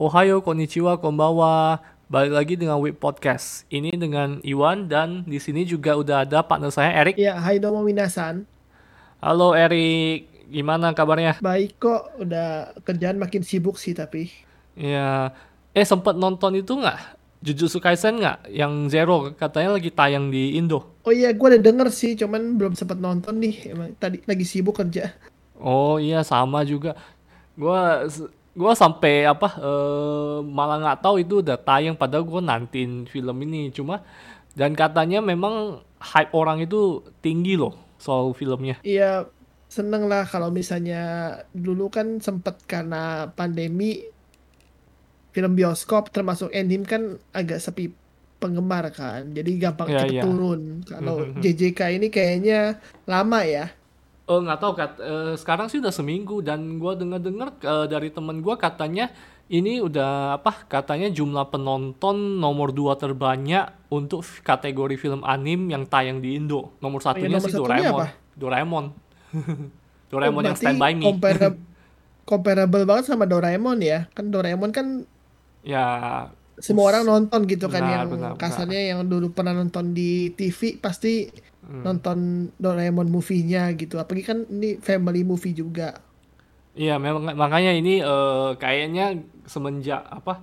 Ohayo, konnichiwa, konbawa. Balik lagi dengan Web Podcast. Ini dengan Iwan dan di sini juga udah ada partner saya Erik. Ya, hai domo minasan. Halo Erik, gimana kabarnya? Baik kok, udah kerjaan makin sibuk sih tapi. Ya, sempet nonton itu nggak? Jujutsu Kaisen nggak? Yang Zero katanya lagi tayang di Indo. Oh iya, gue udah denger sih, cuman belum sempat nonton nih. Emang tadi lagi sibuk kerja. Oh iya sama juga. Gua gua sampai malah nggak tahu itu udah tayang padahal gua nantiin film ini cuma dan katanya memang hype orang itu tinggi loh soal filmnya. Iya, seneng lah kalau misalnya dulu kan sempet karena pandemi, film bioskop termasuk anime kan agak sepi penggemar kan. Jadi gampang Ya cepet ya. turun. Kalau JJK ini kayaknya lama ya. Oh nggak tahu sekarang sih udah seminggu dan gua dengar-dengar dari temen gua katanya ini udah katanya jumlah penonton nomor 2 terbanyak untuk kategori film anime yang tayang di Indo. Nomor Oh ya, satunya nomor sih satunya apa? Doraemon. Doraemon. Oh Doraemon yang berarti Stand By Me. comparable banget sama Doraemon ya. Kan Doraemon kan Ya, semua orang nonton gitu kan, benar yang benar kasarnya benar. yang dulu pernah nonton di TV pasti Hmm. nonton Doraemon movie-nya gitu. Apalagi kan ini family movie juga. Iya, memang makanya ini kayaknya semenjak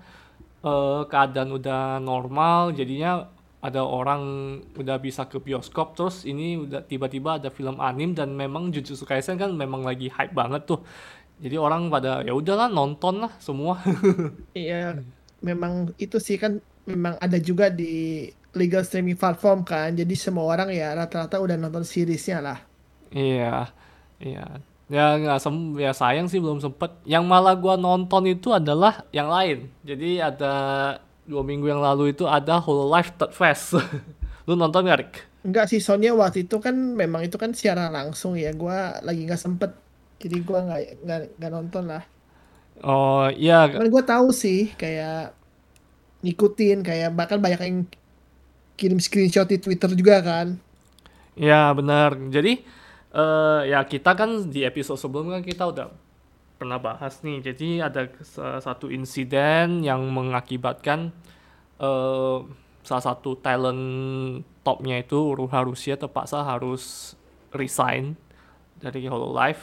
keadaan udah normal, jadinya ada orang udah bisa ke bioskop, terus ini udah tiba-tiba ada film anime dan memang Jujutsu Kaisen kan memang lagi hype banget tuh. Jadi orang pada ya udahlah nonton lah semua. Iya, memang itu sih kan, memang ada juga di legal streaming platform kan. Jadi semua orang ya rata-rata udah nonton seriesnya lah. Iya, iya. Ya nggak ya sayang sih belum sempet. Yang malah gua nonton itu adalah yang lain. Jadi ada 2 minggu yang lalu itu ada Hololive Third Fest. Lu nonton gak, Rick? Enggak sih, soalnya waktu itu kan memang itu kan siaran langsung ya. Gua lagi nggak sempet. Jadi gua nggak nonton lah. Oh iya, Cuman gue tahu sih kayak ngikutin, kayak bahkan banyak yang kirim screenshot di Twitter juga kan. ya benar. Jadi ya kita kan di episode sebelumnya kan kita udah pernah bahas nih. Jadi ada satu insiden yang mengakibatkan eh, salah satu talent topnya itu Ruha Rusia terpaksa harus resign dari Hololive.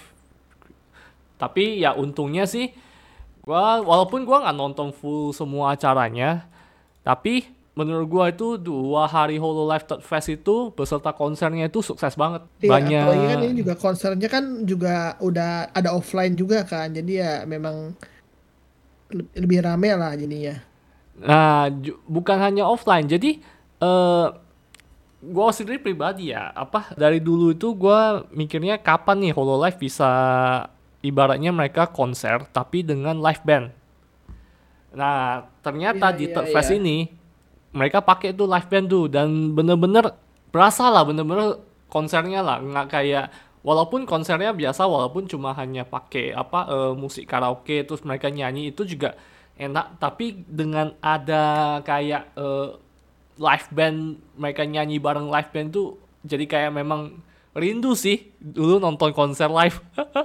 Tapi ya untungnya sih walaupun gua nggak nonton full semua acaranya, tapi menurut gua itu 2 hari Hololive Third Fest itu beserta konsernya itu sukses banget. Iya, apalagi kan ini Banyak. juga konsernya kan juga udah ada offline juga kan. Jadi ya memang lebih rame lah jadinya. Nah, bukan hanya offline. Jadi eh gua sendiri pribadi ya, dari dulu itu gua mikirnya kapan nih Hololive bisa ibaratnya mereka konser tapi dengan live band. Nah, Iya, ternyata di iya, Third iya. Fest ini mereka pakai tuh live band tuh dan bener-bener berasa lah bener-bener konsernya lah nggak kayak walaupun konsernya biasa walaupun cuma hanya pakai musik karaoke terus mereka nyanyi itu juga enak tapi dengan ada kayak live band mereka nyanyi bareng live band tuh jadi kayak memang rindu sih dulu nonton konser live.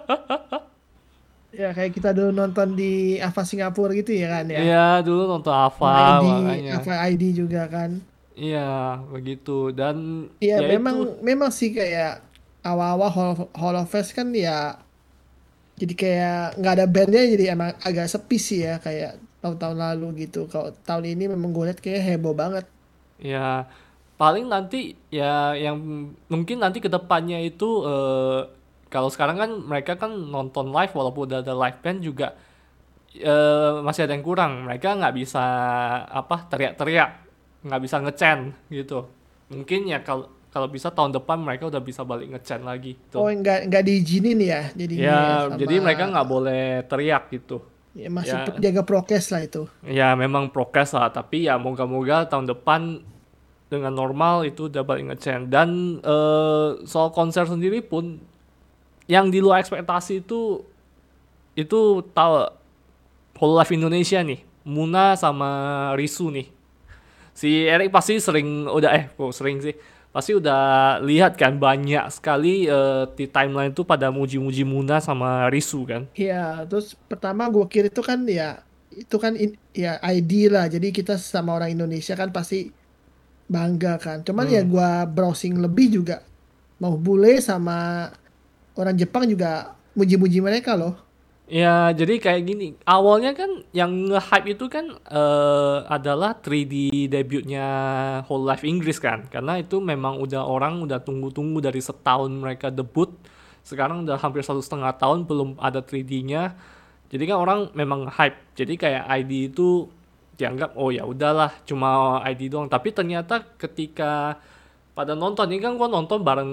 Ya kayak kita dulu nonton di Ava Singapura gitu ya kan ya. Iya dulu nonton Ava Sama ID, makanya. Ava ID juga kan. Iya begitu dan Iya, ya itu. memang memang sih kayak awal-awal Hall of Fest kan ya, jadi kayak nggak ada bandnya, jadi emang agak sepi sih ya kayak tahun-tahun lalu gitu. Kalau tahun ini memang gue liat kayak heboh banget. Ya, paling nanti ya yang mungkin nanti kedepannya itu kalau sekarang kan mereka kan nonton live walaupun udah ada live band juga masih ada yang kurang. Mereka nggak bisa teriak-teriak, nggak bisa ngechan gitu. Mungkin ya kalau kalau bisa tahun depan mereka udah bisa balik ngechan lagi Oh, tuh. nggak diizinin ya jadinya ya Ya, sama, jadi mereka nggak boleh teriak gitu. ya masih Ya, jaga prokes lah itu. ya memang prokes lah. Tapi ya moga-moga tahun depan dengan normal itu udah balik ngecen dan soal konser sendiri pun yang di luar ekspektasi itu tahu Hololive Indonesia nih Muna sama Risu nih si Erik pasti sering udah kok sering sih pasti udah lihat kan banyak sekali di timeline itu pada muji-muji Muna sama Risu kan. Ya terus pertama gue kira itu kan ya itu kan ya ID lah. Jadi kita sama orang Indonesia kan pasti bangga kan. Cuman ya Hmm. gua browsing lebih juga mau bule sama orang Jepang juga muji-muji mereka loh. Ya, jadi kayak gini. Awalnya kan yang nge-hype itu kan adalah 3D debutnya Whole Life Inggris kan. Karena itu memang udah orang udah tunggu-tunggu dari setahun mereka debut. Sekarang udah hampir 1,5 tahun belum ada 3D-nya. Jadi kan orang memang hype. Jadi kayak ID itu dianggap oh ya udahlah cuma ID doang. Tapi ternyata ketika pada nonton ini kan gua nonton bareng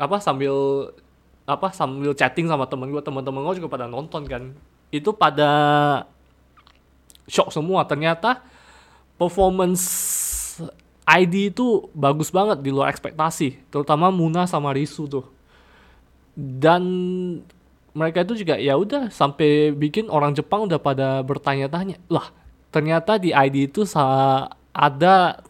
sambil chatting sama temen gue juga pada nonton kan, itu pada shock semua ternyata performance ID itu bagus banget di luar ekspektasi, terutama Muna sama Risu tuh. Dan mereka itu juga ya udah sampai bikin orang Jepang udah pada bertanya-tanya lah, ternyata di ID itu ada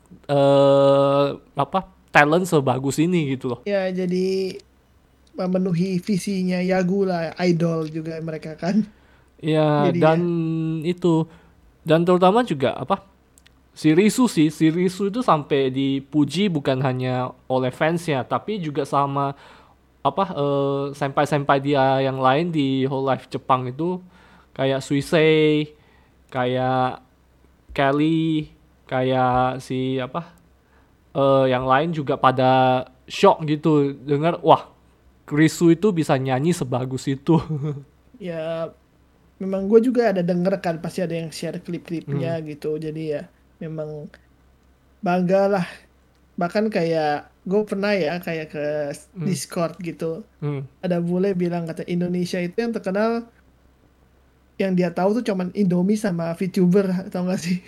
talent sebagus ini gitu loh. Ya jadi memenuhi visinya Yagu lah, idol juga mereka kan. Ya, Jadi dan ya, itu, dan terutama juga si Risu itu sampai dipuji bukan hanya oleh fansnya tapi juga sama senpai-senpai dia yang lain di Whole Life Jepang itu, kayak Suisei, kayak Kelly, kayak yang lain juga pada shock gitu dengar wah Risu itu bisa nyanyi sebagus itu. ya memang gue juga ada denger kan pasti ada yang share klip-klipnya Hmm, gitu. Jadi ya memang bangga lah. Bahkan kayak gue pernah ya kayak ke hmm, Discord gitu. hmm. Ada bule bilang kata Indonesia itu yang terkenal yang dia tahu tuh cuman Indomie sama VTuber, tau gak sih?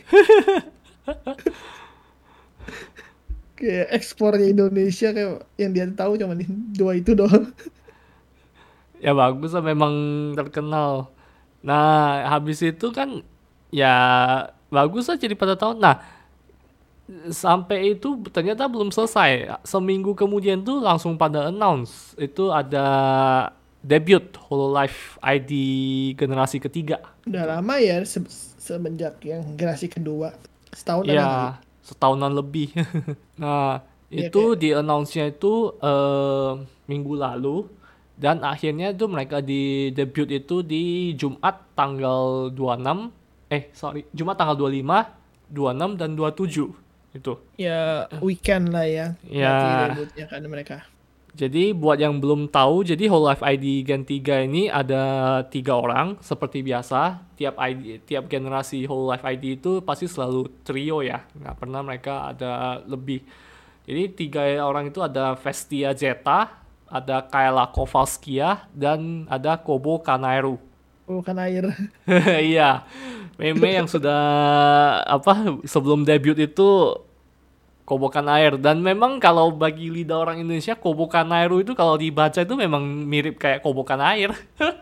Kayak ekspornya Indonesia kayak yang dia tahu cuman dua itu doang. Ya bagus lah memang terkenal. Nah, habis itu kan ya bagus lah jadi pada tahun. Nah, sampai itu ternyata belum selesai. Seminggu kemudian tuh langsung pada announce itu ada debut Hololive ID generasi ketiga. Udah Itu. lama ya semenjak yang generasi kedua. Setahun ada kali. Ya, setahunan lebih. Nah, Iya itu kayak di announce-nya itu minggu lalu, dan akhirnya itu mereka di debut itu di Jumat tanggal 26, Jumat tanggal 25, 26 dan 27 itu. ya weekend lah ya. Berarti Ya, debutnya kan mereka. jadi buat yang belum tahu, jadi Whole Life ID Gen 3 ini ada 3 orang seperti biasa. Tiap generasi Whole Life ID itu pasti selalu trio ya, nggak pernah mereka ada lebih. Jadi 3 orang itu ada Vestia Zeta, ada Kayla Kowalskia, dan ada Kobo Kanairu. Bukan air. Iya, meme yang sudah sebelum debut itu kobokan air, dan memang kalau bagi lidah orang Indonesia kobokan air itu kalau dibaca itu memang mirip kayak kobokan air.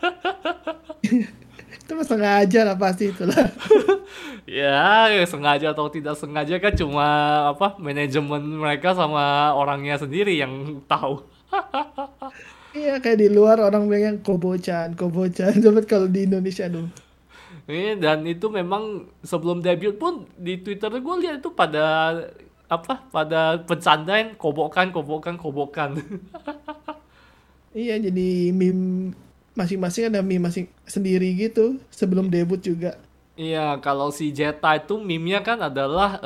Itu mah sengaja lah pasti itulah. Ya sengaja atau tidak sengaja kan cuma manajemen mereka sama orangnya sendiri yang tahu. Iya kayak di luar orang bilang yang kobocan, kobocan. Coba kalau di Indonesia aduh. Dan itu memang sebelum debut pun di Twitter gue lihat itu pada pencandain kobokan kobokan kobokan. Iya jadi meme masing-masing ada meme masing sendiri gitu sebelum debut juga. Iya, kalau si Jetta itu meme-nya kan adalah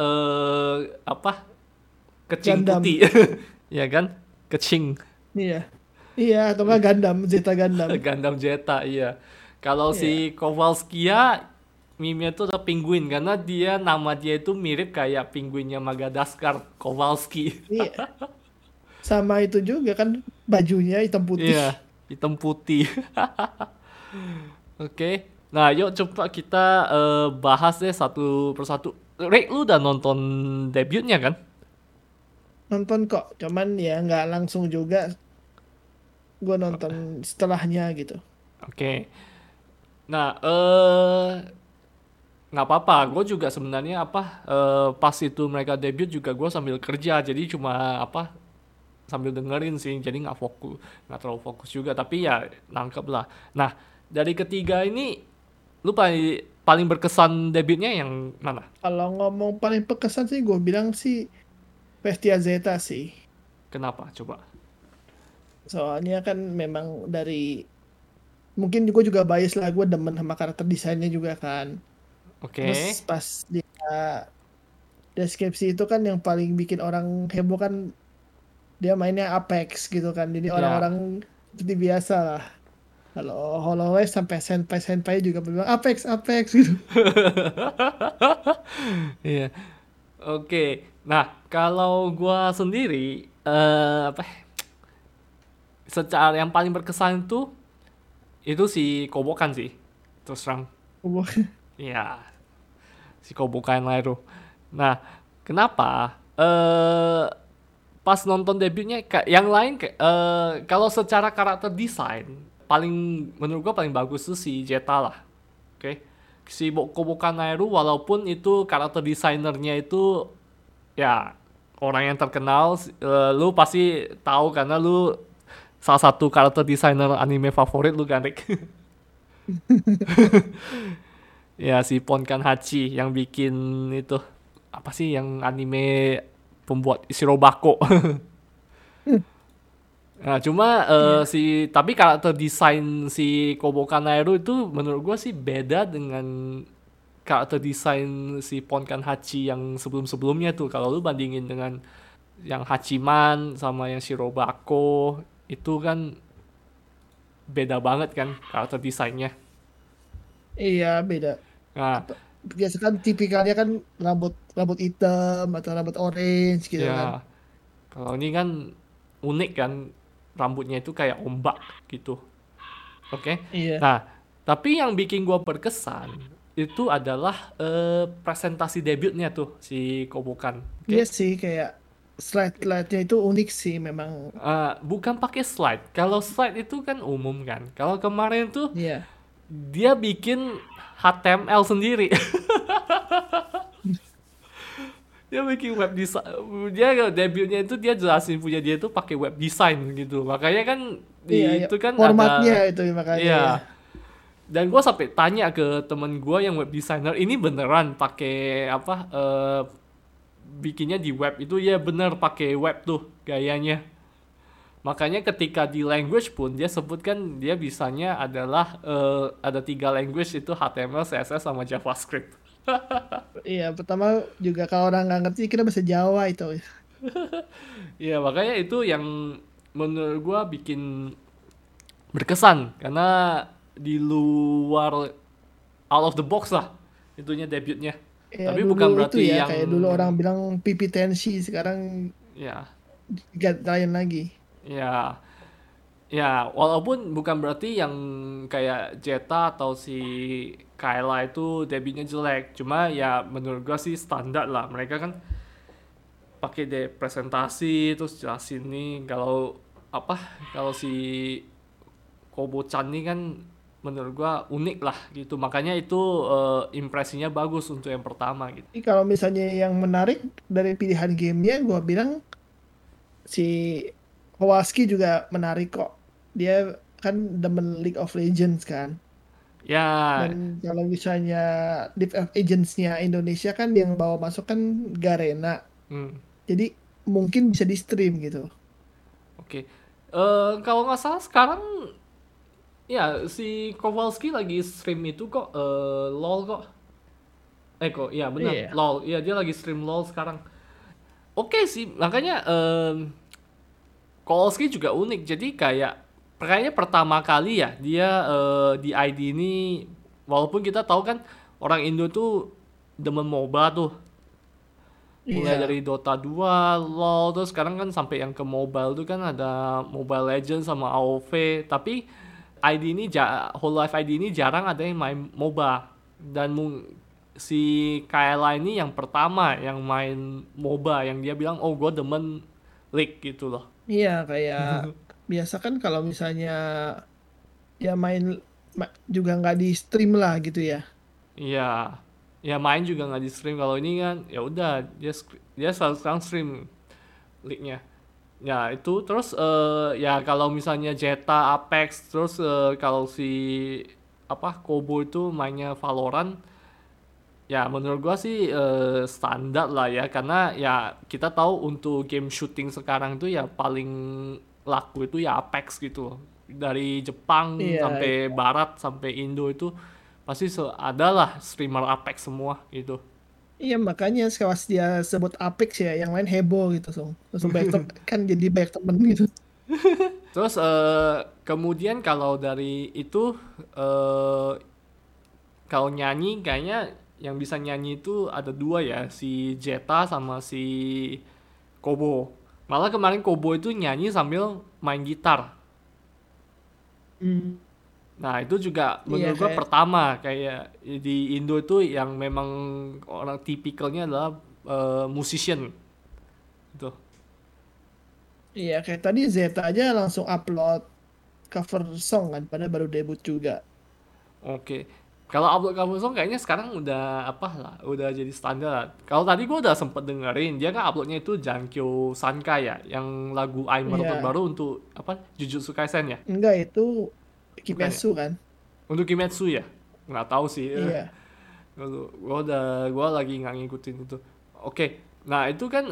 kecing Gundam. putih. Ya kan? Kecing. Iya. Iya atau enggak Gundam, Zeta Gundam. Gundam Jetta, iya. Kalau Iya. si Kowalskia meme-nya itu ada penguin karena nama dia itu mirip kayak penguinnya Madagaskar, Kowalski. Iya. Sama itu juga kan bajunya hitam putih. Iya, hitam putih. Oke. Nah, yuk coba kita bahas deh satu persatu. Rick, lu udah nonton debutnya kan? Nonton kok, cuman ya nggak langsung juga gue nonton setelahnya gitu. Oke. Nah, nggak apa-apa. Gue juga sebenarnya pas itu mereka debut juga gue sambil kerja, jadi cuma sambil dengerin sih, jadi nggak terlalu fokus juga. Tapi ya nangkep lah. Nah, dari ketiga ini, lu paling berkesan debutnya yang mana? Kalau ngomong paling berkesan sih gue bilang sih Vestia Zeta sih. Kenapa? Coba. Soalnya kan memang mungkin gue juga bias lah, gue demen sama karakter desainnya juga kan. Terus Oke. pas dia deskripsi itu kan yang paling bikin orang heboh kan dia mainnya Apex gitu kan. Jadi Ya. orang-orang seperti biasa lah. Kalau HoloLens sampai senpai-senpai juga bilang Apex, Apex gitu. Iya. Oke. Nah, kalau gua sendiri apa secara yang paling berkesan itu si Kobokan sih. Terus terang. Iya, si Kobokan lah itu. Nah, kenapa? Pas nonton debutnya yang lain kalau secara karakter desain paling menurut gua paling bagus tuh si Jetta lah. Oke. Si Kobokan Nairu walaupun itu karakter desainernya itu ya orang yang terkenal, lu pasti tahu karena lu salah satu karakter desainer anime favorit lu kan, Rick. Ya si Ponkan Hachi yang bikin itu apa sih yang anime pembuat Shirobako. Nah, cuma Iya. tapi karakter desain si Kobo Kanairu itu menurut gua sih beda dengan karakter desain si Ponkan Hachi yang sebelum-sebelumnya tuh. Kalau lu bandingin dengan yang Hachiman sama yang Shirobako itu kan beda banget kan karakter desainnya. Iya, beda. Nah, Apa, biasa kan tipikalnya kan rambut rambut hitam atau rambut orange gitu kan. ya kalau ini kan unik kan rambutnya itu kayak ombak gitu. Oke. Iya. Nah, tapi yang bikin gua berkesan itu adalah presentasi debutnya tuh si Kobukan. Iya Oke. sih kayak slide-slide-nya itu unik sih memang. Bukan pakai slide. Kalau slide itu kan umum kan. Kalau kemarin tuh Iya. dia bikin HTML sendiri. Dia bikin web design. Dia debutnya itu dia jelasin punya dia tuh pakai web design gitu. Makanya kan Iya, di iya. itu kan Formatnya ada itu makanya ya. iya. Dan gue sampai tanya ke temen gue yang web designer ini beneran pakai apa bikinnya di web itu ya bener pakai web tuh gayanya. Makanya ketika di language pun dia sebutkan dia bisanya adalah ada 3 language itu HTML, CSS sama JavaScript. Iya, pertama juga kalau orang nggak ngerti kira bahasa Jawa itu. Ya makanya itu yang menurut gue bikin berkesan karena di luar out of the box lah itunya debutnya. Ya Tapi dulu bukan itu berarti ya yang kayak dulu orang bilang pipi tensi, sekarang ya lain lagi. ya ya walaupun bukan berarti yang kayak Jetta atau si Kyla itu debutnya jelek. Cuma ya menurut gua sih standar lah. Mereka kan pakai de presentasi terus jelasin nih kalau apa kalau si Kobo-chan ini kan menurut gua unik lah gitu. Makanya itu impresinya bagus untuk yang pertama gitu. Tapi kalau misalnya yang menarik dari pilihan gamenya, gue bilang si Kowalski juga menarik kok. Dia kan demen League of Legends kan. Dan Ya, kalau misalnya League of Legends-nya Indonesia kan yang bawa masuk kan Garena. hmm, Jadi mungkin bisa di stream gitu. oke. Kalau nggak salah sekarang ya si Kowalski lagi stream itu kok LOL kok. Kok iya benar Iya. LOL. Iya dia lagi stream LOL sekarang. Oke sih, makanya Kowalski juga unik. Jadi kayaknya pertama kali ya dia di ID ini walaupun kita tahu kan orang Indo tuh demen MOBA tuh. Mulai Iya. dari Dota 2, LoL, terus sekarang kan sampai yang ke mobile tuh kan ada Mobile Legends sama AoV. Tapi ID ini Hololive ID ini jarang ada yang main MOBA. Dan si Kayla ini yang pertama yang main MOBA yang dia bilang oh gue demen League gitu loh. Iya, kayak biasa kan kalau misalnya ya juga nggak di stream lah gitu ya. Iya, ya main juga nggak di stream. Kalau ini kan ya udah dia selalu sekarang stream league-nya. Ya itu terus ya kalau misalnya Jetta, Apex, terus kalau si apa Kobo itu mainnya Valorant, Ya menurut gua sih standar lah ya, karena ya kita tahu untuk game shooting sekarang itu ya paling laku itu ya Apex gitu. Dari Jepang Iya, sampai Barat sampai Indo itu pasti ada lah streamer Apex semua gitu. iya makanya sekelas dia sebut Apex ya, yang lain heboh gitu, langsung banyak kan jadi banyak temen gitu. Terus kemudian kalau dari itu eh kalau nyanyi kayaknya yang bisa nyanyi itu ada dua ya, si Jetta sama si Kobo. Malah kemarin Kobo itu nyanyi sambil main gitar. Hmm, Nah itu juga iya menurut gua kayak pertama kayak di Indo itu yang memang orang tipikalnya adalah musician gitu. iya kayak tadi Zeta aja langsung upload cover song kan, padahal baru debut juga. Oke. Kalau upload cover song kayaknya sekarang udah apa lah, udah jadi standar. Kalau tadi gua udah sempet dengerin, dia kan uploadnya itu Jankyo Sankai ya, yang lagu Aimer Iya, terbaru untuk apa Jujutsu Kaisen ya, enggak itu bukan ya? Kimetsu kan. Untuk Kimetsu ya, nggak tahu sih. Iya, Gua lagi nggak ngikutin itu. Oke, nah itu kan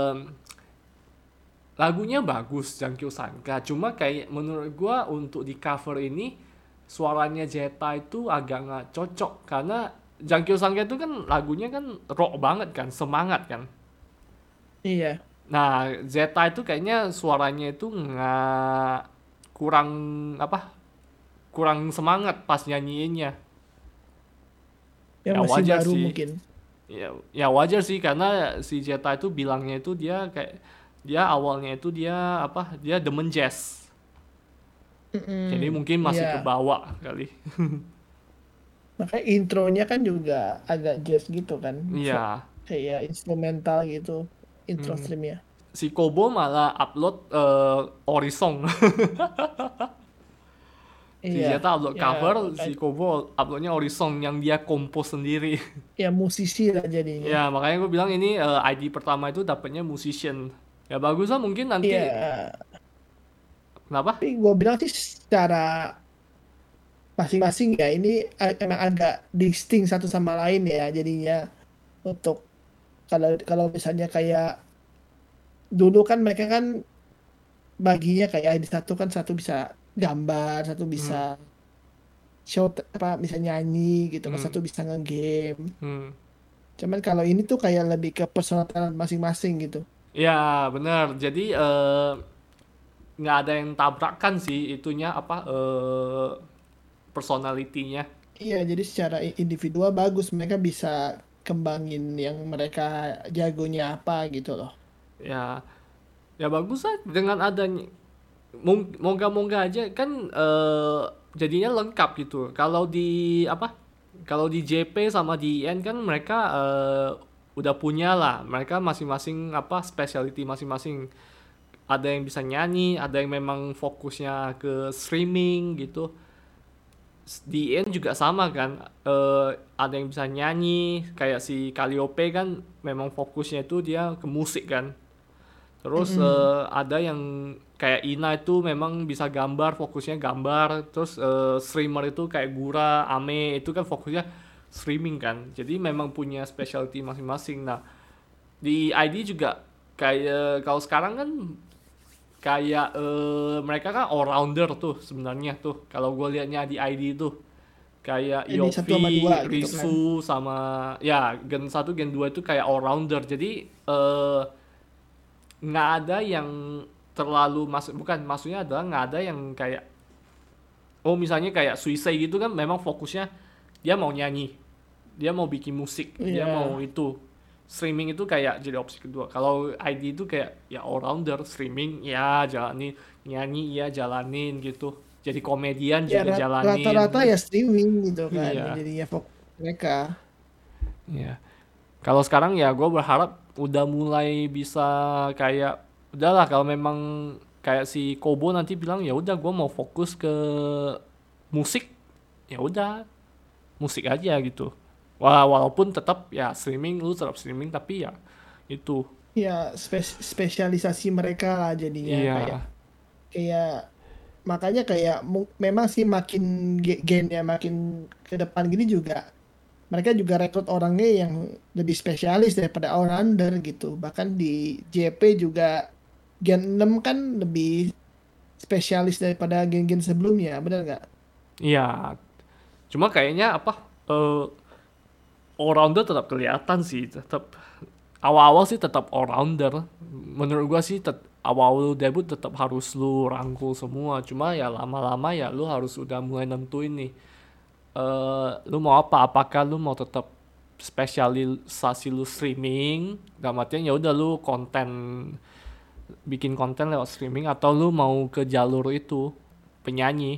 lagunya bagus Jankyo Sanka. Cuma kayak menurut gua untuk di cover ini suaranya Zeta itu agak nggak cocok karena Jankyo Sanka itu kan lagunya kan rock banget kan, semangat kan. iya. Nah, Zeta itu kayaknya suaranya itu nggak kurang apa? Kurang semangat pas nyanyiinnya. Yang Ya masih wajar baru sih. mungkin. Ya wajar sih karena si Zeta itu bilangnya itu dia kayak dia awalnya itu dia apa? Dia demen jazz. Jadi Mm-mm, mungkin masih iya. kebawa kali. Makanya intronya kan juga agak jazz gitu kan. Iya. Kayak instrumental gitu intro Hmm. streamnya. Si Kobo malah upload Orisong. Si Iya, Zeta upload ya cover, si makanya Kobo uploadnya Orisong yang dia kompos sendiri. ya musisi lah jadinya. Ya makanya gue bilang ini ID pertama itu dapatnya musician. Ya bagus lah mungkin nanti. Iya, Kenapa? tapi gue bilang sih secara masing-masing ya ini emang agak distinct satu sama lain ya jadinya untuk kalau kalau misalnya kayak dulu kan mereka kan baginya kayak di satu kan satu bisa gambar, satu bisa Hmm. show apa bisa nyanyi gitu kan, Hmm. satu bisa nge-game. Hmm. Cuman kalau ini tuh kayak lebih ke personal talent masing-masing gitu. Ya benar. Jadi nggak ada yang tabrakan sih itunya apa personalitinya. Iya, jadi secara individual bagus mereka bisa kembangin yang mereka jagonya apa gitu loh. Ya ya bagus lah dengan adanya moga-moga aja kan jadinya lengkap gitu. Kalau di apa? Kalau di JP sama di IN kan mereka udah punya lah. Mereka masing-masing apa specialty masing-masing. Ada yang bisa nyanyi, ada yang memang fokusnya ke streaming gitu. Di IN juga sama kan. Ada yang bisa nyanyi, kayak si Calliope kan memang fokusnya itu dia ke musik kan. Terus Mm-mm. ada yang kayak Ina itu memang bisa gambar, fokusnya gambar. Terus streamer itu kayak Gura, Ame itu kan fokusnya streaming kan. Jadi memang punya specialty masing-masing. Nah, di ID juga kayak kalau sekarang kan kayak mereka kan all rounder tuh sebenarnya tuh. Kalau gue liatnya di ID itu kayak Jadi satu sama dua Yofi, gitu kan. Risu sama ya Gen satu Gen 2 itu kayak all rounder. Jadi nggak ada yang terlalu masuk bukan maksudnya adalah nggak ada yang kayak oh misalnya kayak Suisei gitu kan memang fokusnya dia mau nyanyi dia mau bikin musik dia mau Iya, itu streaming itu kayak jadi opsi kedua kalau ID itu kayak ya all rounder streaming ya jalanin nyanyi ya jalanin gitu jadi komedian ya juga rata-rata jalanin ya streaming gitu kan. Yang iya jadinya fokus mereka. iya kalau sekarang ya gue berharap udah mulai bisa kayak udahlah kalau memang kayak si Kobo nanti bilang ya udah gue mau fokus ke musik ya udah musik aja gitu. Walaupun tetap ya streaming lu tetap streaming tapi ya itu Ya spesialisasi mereka lah jadinya kayak iya kayak makanya kayak memang sih makin gennya makin ke depan gini juga mereka juga rekrut orangnya yang lebih spesialis daripada all-rounder gitu. Bahkan di JP juga Gen 6 kan lebih spesialis daripada gen-gen sebelumnya, bener nggak? Iya, cuma kayaknya apa all rounder tetap kelihatan sih, tetap awal-awal sih tetap all rounder. Menurut gua sih awal lu debut tetap harus lu rangkul semua. Cuma ya lama-lama ya lu harus udah mulai nentuin nih. Lu mau apa? Apakah lu mau tetap spesialisasi lu streaming? Gak matian ya udah lu bikin konten lewat streaming atau lu mau ke jalur itu penyanyi.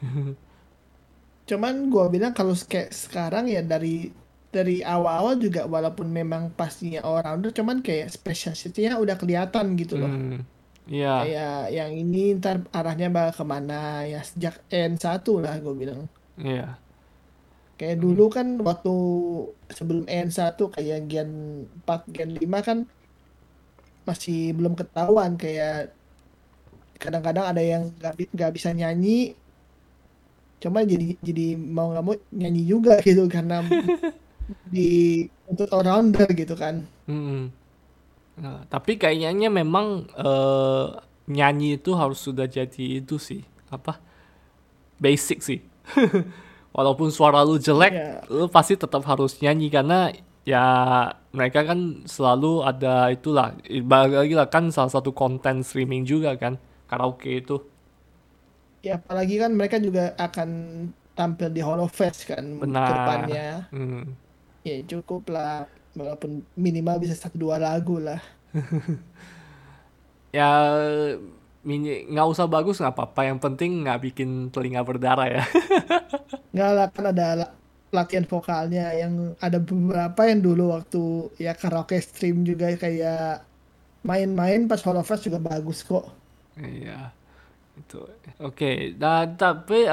Cuman gue bilang kalau kayak sekarang ya dari awal-awal juga walaupun memang pastinya all-rounder, cuman kayak spesialisasinya udah kelihatan gitu loh. Iya, Kayak yang ini ntar arahnya bakal kemana ya sejak N1 lah gue bilang. iya. Kayak dulu kan waktu sebelum N1 kayak Gen 4 Gen 5 kan masih belum ketahuan kayak kadang-kadang ada yang nggak bisa nyanyi, cuma jadi mau nggak mau nyanyi juga gitu karena di untuk all rounder gitu kan. Mm-mm. Nah, tapi kayaknya memang nyanyi itu harus sudah jadi itu sih, apa? Basic sih. Walaupun suara lu jelek, Ya, lu pasti tetap harus nyanyi karena ya mereka kan selalu ada itulah. Balik lagi lah kan salah satu konten streaming juga kan, karaoke itu. ya apalagi kan mereka juga akan tampil di Hall of Fame kan ke depannya. Benar. Hmm. Ya cukup lah walaupun minimal bisa satu dua lagu lah. Ya nggak usah bagus nggak apa-apa. Yang penting nggak bikin telinga berdarah ya. Nggak lah kan ada latihan vokalnya yang ada beberapa yang dulu waktu ya karaoke stream juga kayak main-main pas Hall of Fame juga bagus kok. Iya, itu. Oke, dan tapi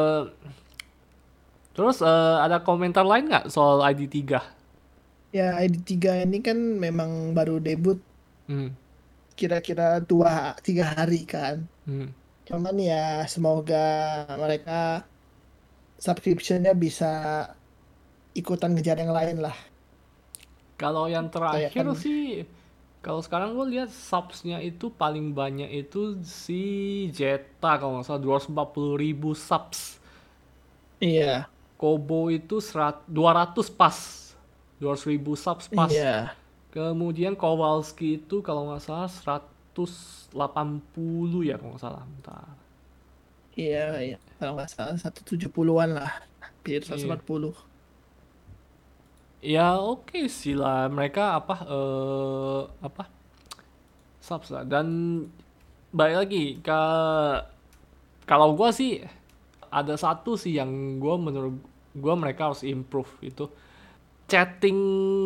terus ada komentar lain nggak soal ID3? Ya ID3 ini kan memang baru debut Hmm, kira-kira 2 3 hari kan. hmm. Cuman ya semoga mereka subscriptionnya bisa ikutan ngejar yang lain lah. Kalau yang Kayak terakhir kan sih, kalau sekarang gue lihat subsnya itu paling banyak itu si Jetta kalau nggak salah 240.000 subs. iya, Kobo itu 200 pas, 200.000 subs pas. iya, Kemudian Kowalski itu kalau nggak salah 180 ya kalau nggak salah. Bentar. iya, iya. Kalau nggak salah 170-an lah, hampir Iya. 140. Ya oke sih lah mereka apa subs lah dan balik lagi ke kalau gue sih ada satu sih yang gue menurut gue mereka harus improve itu chatting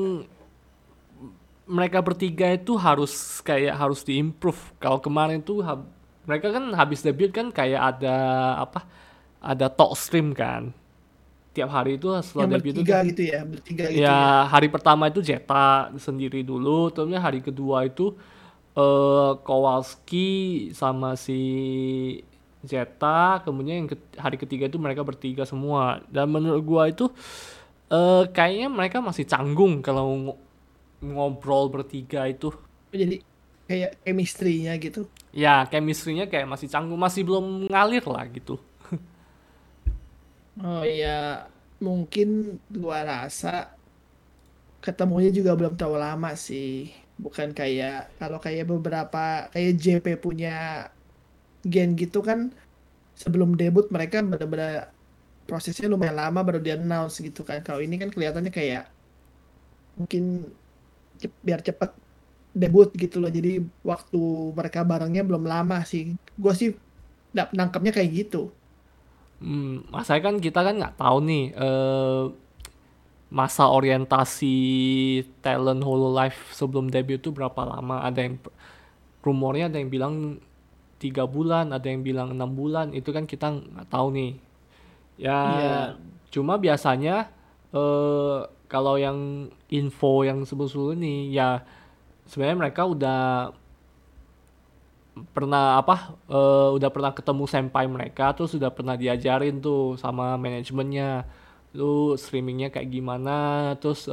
mereka bertiga itu harus diimprove. Kalau kemarin tuh mereka kan habis debut kan kayak ada apa ada talk stream kan tiap hari itu setelah Yang debut itu bertiga kan gitu ya, bertiga gitu ya. ya hari pertama itu Jeta sendiri dulu, terusnya hari kedua itu Kowalski sama si Jeta, kemudian hari ketiga itu mereka bertiga semua. Dan menurut gua itu kayaknya mereka masih canggung kalau ngobrol bertiga itu. Jadi kayak chemistry-nya gitu. Ya, chemistry-nya kayak masih canggung, masih belum ngalir lah gitu. Oh iya, mungkin gua rasa ketemunya juga belum terlalu lama sih. Bukan kayak kalau kayak beberapa kayak JP punya gen gitu kan sebelum debut mereka benar-benar prosesnya lumayan lama baru di announce gitu kan. Kalau ini kan kelihatannya kayak mungkin biar cepet debut gitu loh. Jadi waktu mereka barengnya belum lama sih. Gua sih nangkepnya kayak gitu. Masanya kan kita kan nggak tahu nih masa orientasi talent Hololive sebelum debut itu berapa lama. Ada yang rumornya ada yang bilang 3 bulan, ada yang bilang 6 bulan. Itu kan kita nggak tahu nih. Ya, Iya, cuma biasanya kalau yang info yang sebelum-sebelum ini ya sebenarnya mereka udah pernah ketemu senpai mereka terus sudah pernah diajarin tuh sama manajemennya lu streamingnya kayak gimana, terus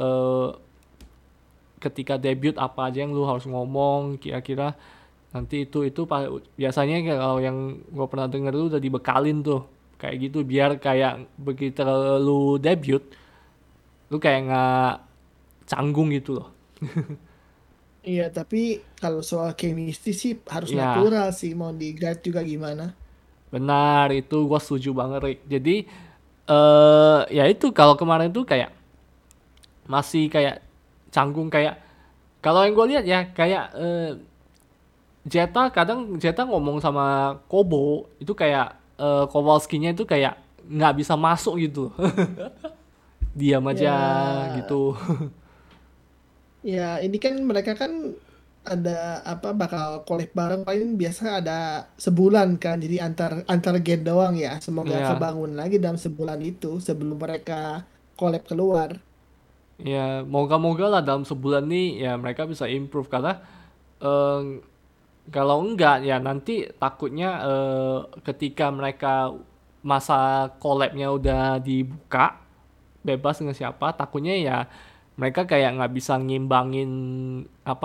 ketika debut apa aja yang lu harus ngomong kira-kira. Nanti biasanya kalau yang gue pernah denger tuh udah dibekalin tuh kayak gitu, biar kayak begitu lu debut lu kayak nggak canggung gitu loh. Iya, tapi kalau soal chemistry sih harus Ya natural sih, mau di guide juga gimana. benar, itu gue setuju banget, Rick. Jadi ya itu kalau kemarin tuh kayak masih kayak canggung, kayak kalau yang gue lihat ya kayak Jeta ngomong sama Kobo itu kayak Kowalski-nya itu kayak nggak bisa masuk gitu. Diam aja Ya, gitu. ya ini kan mereka kan ada apa bakal collab bareng paling biasa ada sebulan kan. Jadi antar antar gen doang ya. Semoga Ya, kebangun lagi dalam sebulan itu sebelum mereka collab keluar. ya moga-moga lah dalam sebulan nih ya mereka bisa improve, karena eh, kalau enggak ya nanti takutnya ketika mereka masa collabnya udah dibuka bebas dengan siapa, takutnya ya mereka kayak nggak bisa ngimbangin apa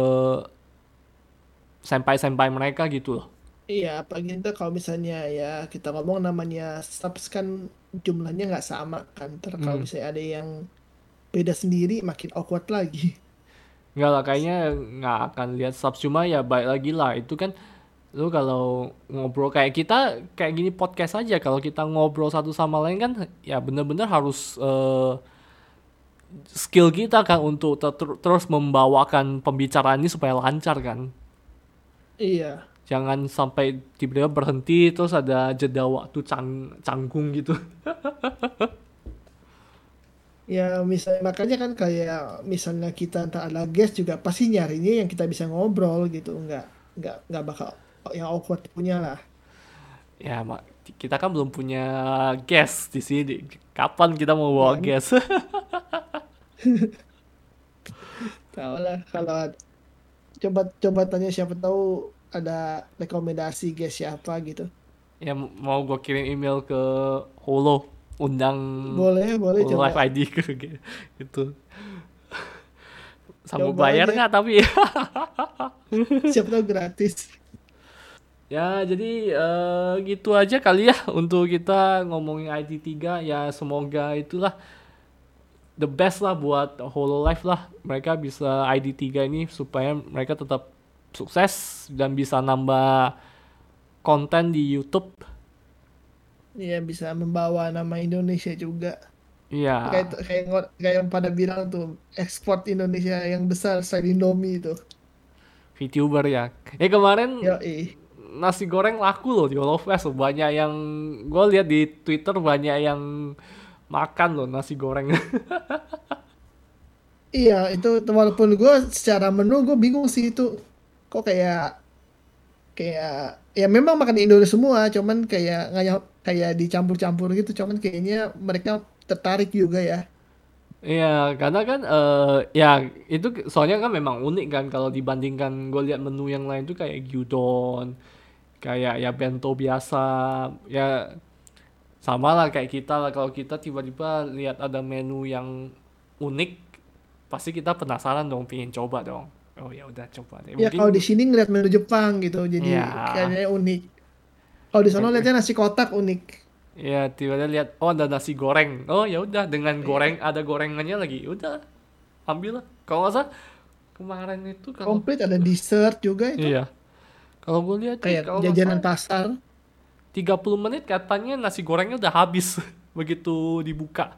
senpai-senpai mereka gitu loh. Iya, apalagi ntar kalau misalnya ya kita ngomong namanya subs kan jumlahnya nggak sama kan. Ntar kalau Hmm. misalnya ada yang beda sendiri makin awkward lagi. Nggak lah, kayaknya nggak akan lihat subs, cuma ya baik lagi lah itu kan. Lu kalau ngobrol kayak kita kayak gini podcast aja, kalau kita ngobrol satu sama lain kan ya bener-bener harus skill kita kan untuk terus membawakan pembicaraan ini supaya lancar kan. Iya, Jangan sampai tiba-tiba berhenti terus ada jeda waktu canggung gitu. ya misalnya makanya kan kayak misalnya kita ntar ada guest juga pasti nyarinya yang kita bisa ngobrol gitu, nggak bakal yang awkward punya lah. Ya kita kan belum punya guest di sini. Kapan kita mau bawa Ya guest? tau lah kalau coba coba tanya siapa tahu ada rekomendasi guest siapa gitu. Ya mau gue kirim email ke Holo, undang Boleh boleh coba live ID ke gitu. Sanggup coba bayar aja, nggak tapi? siapa tahu gratis. Ya jadi gitu aja kali ya untuk kita ngomongin ID3. Ya semoga itulah the best lah buat Hololive lah. Mereka bisa ID3 ini supaya mereka tetap sukses dan bisa nambah konten di YouTube. Ya bisa membawa nama Indonesia juga. Iya, Kayak yang pada bilang tuh ekspor Indonesia yang besar selain Indomie itu. VTuber ya. Kemarin Yo, nasi goreng laku loh di HoloFest. Banyak yang gue lihat di Twitter, banyak yang makan loh nasi goreng. iya itu walaupun gue secara menu gue bingung sih itu kok kayak kayak ya memang makan Indonesia semua, cuman kayak dicampur-campur gitu, cuman kayaknya mereka tertarik juga ya. Iya, karena kan ya itu soalnya kan memang unik kan kalau dibandingkan gue lihat menu yang lain tuh kayak gyudon, kayak ya bento biasa, ya sama lah kayak kita lah, kalau kita tiba-tiba lihat ada menu yang unik pasti kita penasaran dong, pengen coba dong. Oh ya udah coba deh. Ya kalau di Mungkin sini ngeliat menu Jepang gitu, jadi ya kayaknya unik. Kalau di sana kayak lihatnya nasi kotak unik. ya tiba-tiba lihat oh ada nasi goreng. Oh ya udah dengan goreng Iya. ada gorengannya lagi. Udah ambil lah. Kalau nggak salah kemarin itu kalau Komplit ada dessert juga itu, iya. Kalau gue lihat tuh kayak kalau nggak jajanan salah pasar. 30 menit katanya nasi gorengnya udah habis begitu dibuka.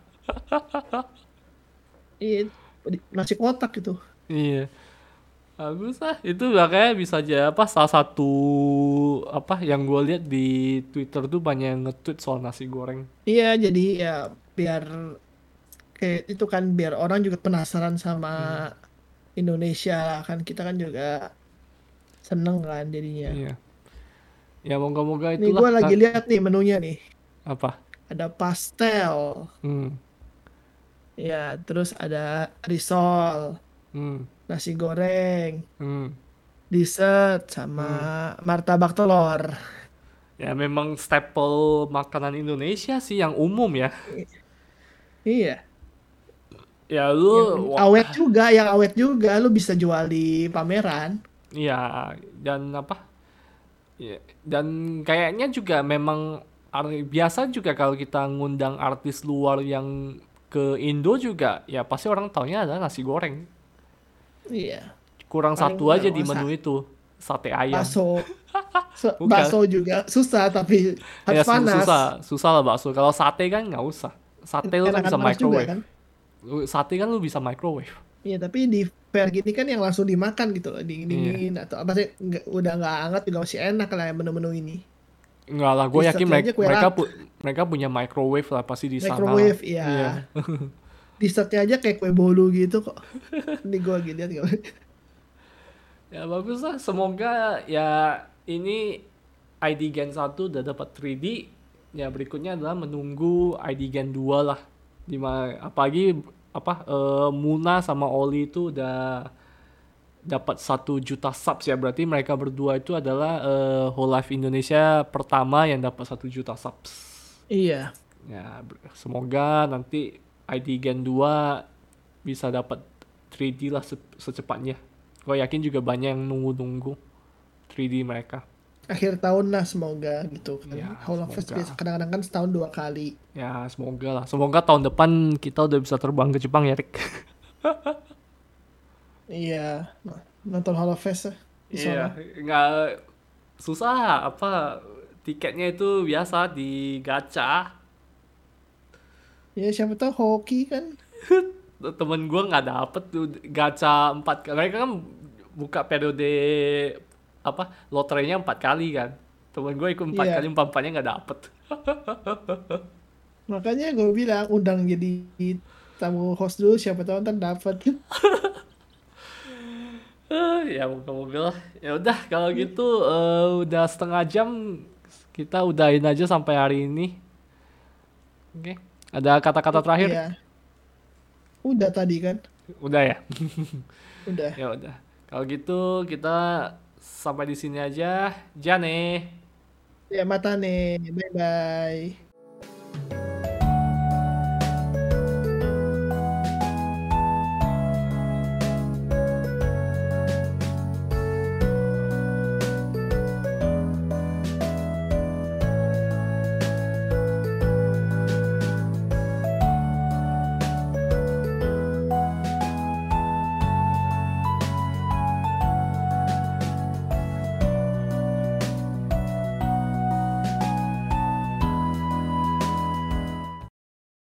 Iya, nasi kotak itu. Iya, bagus lah. Itu makanya bisa aja apa salah satu apa yang gue lihat di Twitter tuh banyak yang nge-tweet soal nasi goreng. Iya, jadi ya biar kayak itu kan biar orang juga penasaran sama Hmm, Indonesia lah kan, kita kan juga seneng kan jadinya. iya. Ya moga-moga Nih itulah gue lagi lihat nih menunya nih. apa. Ada pastel, Hmm, ya terus ada risol, hmm, nasi goreng, hmm, dessert sama hmm. martabak telur. Ya memang staple makanan Indonesia sih yang umum ya. Iya. Ya Yang lu awet juga lu bisa jual di pameran. ya, dan apa? Ya, dan kayaknya juga memang biasa juga kalau kita ngundang artis luar yang ke Indo juga ya pasti orang taunya adalah nasi goreng. Iya. Kurang Paling satu aja di masa menu itu, sate ayam. bakso Bukan. bakso juga susah tapi Ya harus panas. susah, susah lah bakso. Kalau sate kan nggak usah. Sate lu kan Enakan bisa panas juga microwave. kan. Sate kan lu bisa microwave. Iya, tapi di fair gini kan yang langsung dimakan gitu loh, Iya. dingin atau apa sih, udah nggak hangat juga masih enak lah ya menu-menu ini. Enggak lah, gue yakin Dessertnya aja kue mereka lat, mereka punya microwave lah pasti di sana lah. microwave, ya. Iya. Dessertnya aja kayak kue bolu gitu kok. Ini gue lagi lihat gitu. Ya bagus lah, semoga ya ini ID Gen 1 udah dapat 3D. Ya berikutnya adalah menunggu ID Gen 2 lah. Apalagi Muna sama Oli itu udah dapat 1 juta subs ya. Berarti mereka berdua itu adalah Whole Life Indonesia pertama yang dapat 1 juta subs. Iya, Ya semoga nanti ID Gen 2 bisa dapat 3D lah secepatnya. Gue yakin juga banyak yang nunggu-nunggu 3D mereka. akhir tahun lah semoga gitu kan. Ya, Hall of Fest biasa semoga. kadang-kadang kan setahun 2 kali. Ya, semoga lah. Semoga tahun depan kita udah bisa terbang ke Jepang ya, Rick. Iya, nah, nonton Hall of Fest lah di Iya, sono. nggak susah apa tiketnya itu biasa di gacha. Ya siapa tahu hoki kan. Temen gue nggak dapet tuh gacha 4 kali. Mereka kan buka periode lotrenya 4 kali kan. Temen gue ikut 4 kali, Iya, empat-empatnya nggak dapet. makanya gue bilang undang jadi tamu host dulu siapa tahu ntar dapat. Ya moga-moga lah. Ya udah kalau gitu udah setengah jam kita udahin aja sampai hari ini. Oke. Ada kata-kata terakhir? Iya, udah tadi kan. Udah ya. Udah. Ya udah. Kalau gitu kita sampai di sini aja. Jane. Ya mata nih. Bye bye.